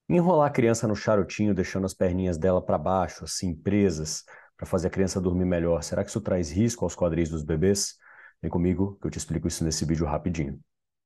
Enrolar a criança no charutinho, deixando as perninhas dela para baixo, assim, presas, para fazer a criança dormir melhor. Será que isso traz risco aos quadris dos bebês? Vem comigo que eu te explico isso nesse vídeo rapidinho.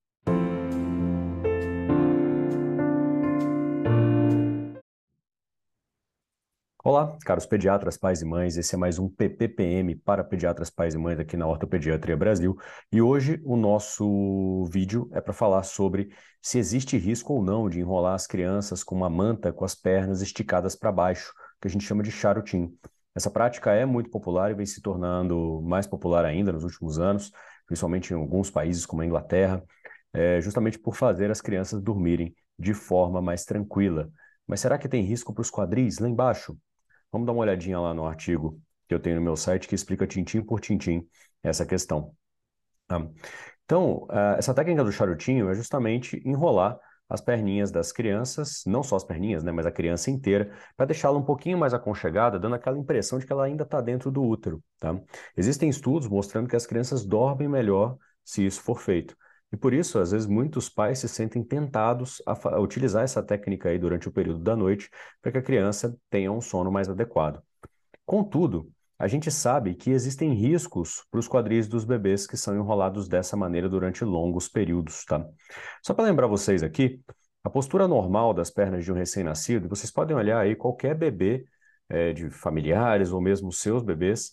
Olá, caros pediatras, pais e mães. Esse é mais um PPPM para pediatras, pais e mães aqui na Ortopediatria Brasil. E hoje o nosso vídeo é para falar sobre se existe risco ou não de enrolar as crianças com uma manta com as pernas esticadas para baixo, que a gente chama de charutim. Essa prática é muito popular e vem se tornando mais popular ainda nos últimos anos, principalmente em alguns países como a Inglaterra, justamente por fazer as crianças dormirem de forma mais tranquila. Mas será que tem risco para os quadris lá embaixo? Vamos dar uma olhadinha lá no artigo que eu tenho no meu site que explica tintim por tintim essa questão. Tá? Então, essa técnica do charutinho é justamente enrolar as perninhas das crianças, não só as perninhas, né, mas a criança inteira, para deixá-la um pouquinho mais aconchegada, dando aquela impressão de que ela ainda está dentro do útero. Tá? Existem estudos mostrando que as crianças dormem melhor se isso for feito. E por isso, às vezes, muitos pais se sentem tentados a utilizar essa técnica aí durante o período da noite para que a criança tenha um sono mais adequado. Contudo, a gente sabe que existem riscos para os quadris dos bebês que são enrolados dessa maneira durante longos períodos, tá? Só para lembrar vocês aqui, a postura normal das pernas de um recém-nascido, vocês podem olhar aí qualquer bebê de familiares ou mesmo seus bebês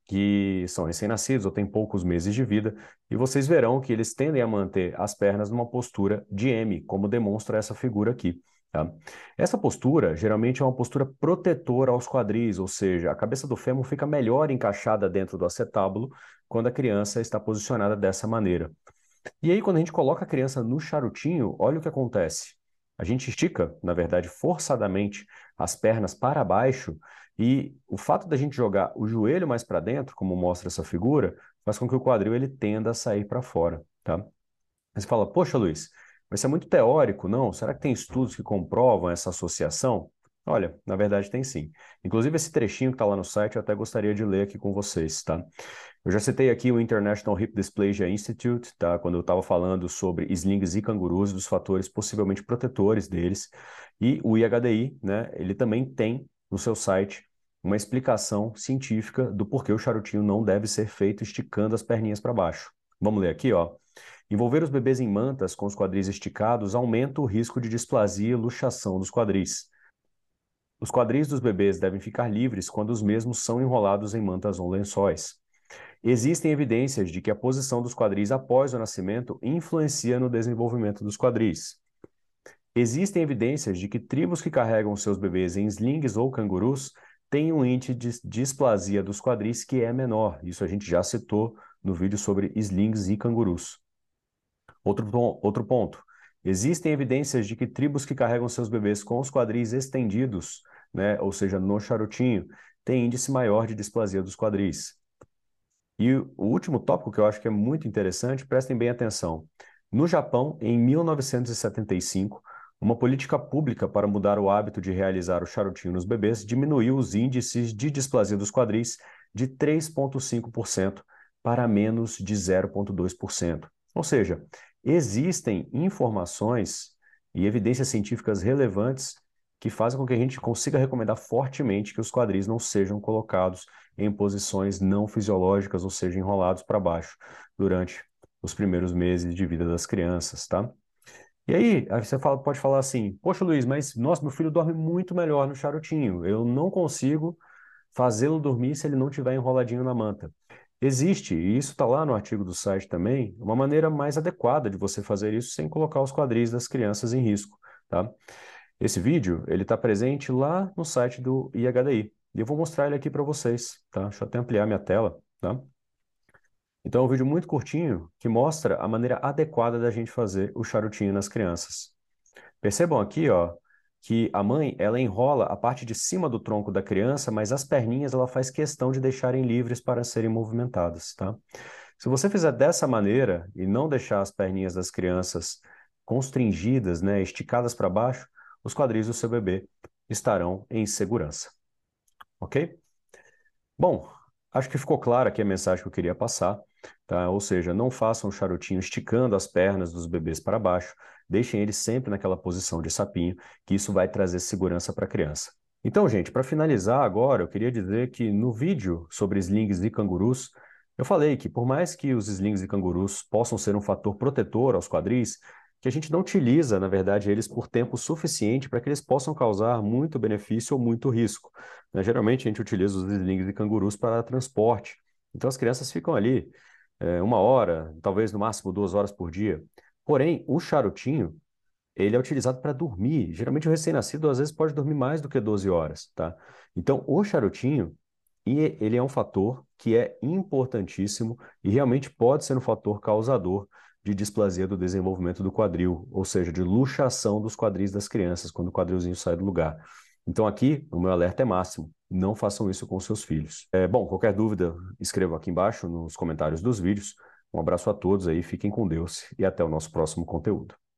que são recém-nascidos ou têm poucos meses de vida, e vocês verão que eles tendem a manter as pernas numa postura de M, como demonstra essa figura aqui. Tá? Essa postura geralmente é uma postura protetora aos quadris, ou seja, a cabeça do fêmur fica melhor encaixada dentro do acetábulo quando a criança está posicionada dessa maneira. E aí, quando a gente coloca a criança no charutinho, olha o que acontece. A gente estica, na verdade, forçadamente as pernas para baixo, e o fato da gente jogar o joelho mais para dentro, como mostra essa figura, faz com que o quadril ele tenda a sair para fora, tá? Aí você fala, poxa, Luiz, mas isso é muito teórico, não? Será que tem estudos que comprovam essa associação? Olha, na verdade tem sim. Inclusive esse trechinho que está lá no site eu até gostaria de ler aqui com vocês, tá? Eu já citei aqui o International Hip Dysplasia Institute, tá? Quando eu estava falando sobre slings e cangurus, dos fatores possivelmente protetores deles. E o IHDI, né? Ele também tem no seu site uma explicação científica do porquê o charutinho não deve ser feito esticando as perninhas para baixo. Vamos ler aqui, ó. Envolver os bebês em mantas com os quadris esticados aumenta o risco de displasia e luxação dos quadris. Os quadris dos bebês devem ficar livres quando os mesmos são enrolados em mantas ou lençóis. Existem evidências de que a posição dos quadris após o nascimento influencia no desenvolvimento dos quadris. Existem evidências de que tribos que carregam seus bebês em slings ou cangurus têm um índice de displasia dos quadris que é menor. Isso a gente já citou no vídeo sobre slings e cangurus. Outro ponto. Existem evidências de que tribos que carregam seus bebês com os quadris estendidos, né, ou seja, no charutinho, têm índice maior de displasia dos quadris. E o último tópico que eu acho que é muito interessante, prestem bem atenção. No Japão, em 1975, uma política pública para mudar o hábito de realizar o charutinho nos bebês diminuiu os índices de displasia dos quadris de 3,5% para menos de 0,2%. Ou seja, existem informações e evidências científicas relevantes que fazem com que a gente consiga recomendar fortemente que os quadris não sejam colocados em posições não fisiológicas, ou seja, enrolados para baixo durante os primeiros meses de vida das crianças, tá? E aí você pode falar assim, poxa, Luiz, mas nossa, meu filho dorme muito melhor no charutinho. Eu não consigo fazê-lo dormir se ele não estiver enroladinho na manta. Existe, e isso está lá no artigo do site também, uma maneira mais adequada de você fazer isso sem colocar os quadris das crianças em risco, tá? Esse vídeo, ele está presente lá no site do IHDI. E eu vou mostrar ele aqui para vocês, tá? Deixa eu até ampliar minha tela, tá? Então é um vídeo muito curtinho que mostra a maneira adequada da gente fazer o charutinho nas crianças. Percebam aqui, ó, que a mãe, ela enrola a parte de cima do tronco da criança, mas as perninhas ela faz questão de deixarem livres para serem movimentadas, tá? Se você fizer dessa maneira e não deixar as perninhas das crianças constringidas, né, esticadas para baixo, os quadris do seu bebê estarão em segurança, ok? Bom, acho que ficou clara aqui a mensagem que eu queria passar. tá? Ou seja, não façam o charutinho esticando as pernas dos bebês para baixo, deixem eles sempre naquela posição de sapinho, que isso vai trazer segurança para a criança. Então, gente, para finalizar agora, eu queria dizer que no vídeo sobre slings e cangurus, eu falei que por mais que os slings e cangurus possam ser um fator protetor aos quadris, que a gente não utiliza, na verdade, eles por tempo suficiente para que eles possam causar muito benefício ou muito risco, né? Geralmente a gente utiliza os slings e cangurus para transporte. Então as crianças ficam ali 1 hora, talvez no máximo 2 horas por dia. Porém, o charutinho, ele é utilizado para dormir. Geralmente o recém-nascido às vezes pode dormir mais do que 12 horas, tá? Então o charutinho, ele é um fator que é importantíssimo e realmente pode ser um fator causador de displasia do desenvolvimento do quadril, ou seja, de luxação dos quadris das crianças quando o quadrilzinho sai do lugar. Então aqui, o meu alerta é máximo. Não façam isso com seus filhos. Bom, qualquer dúvida, escrevam aqui embaixo nos comentários dos vídeos. Um abraço a todos aí, fiquem com Deus e até o nosso próximo conteúdo.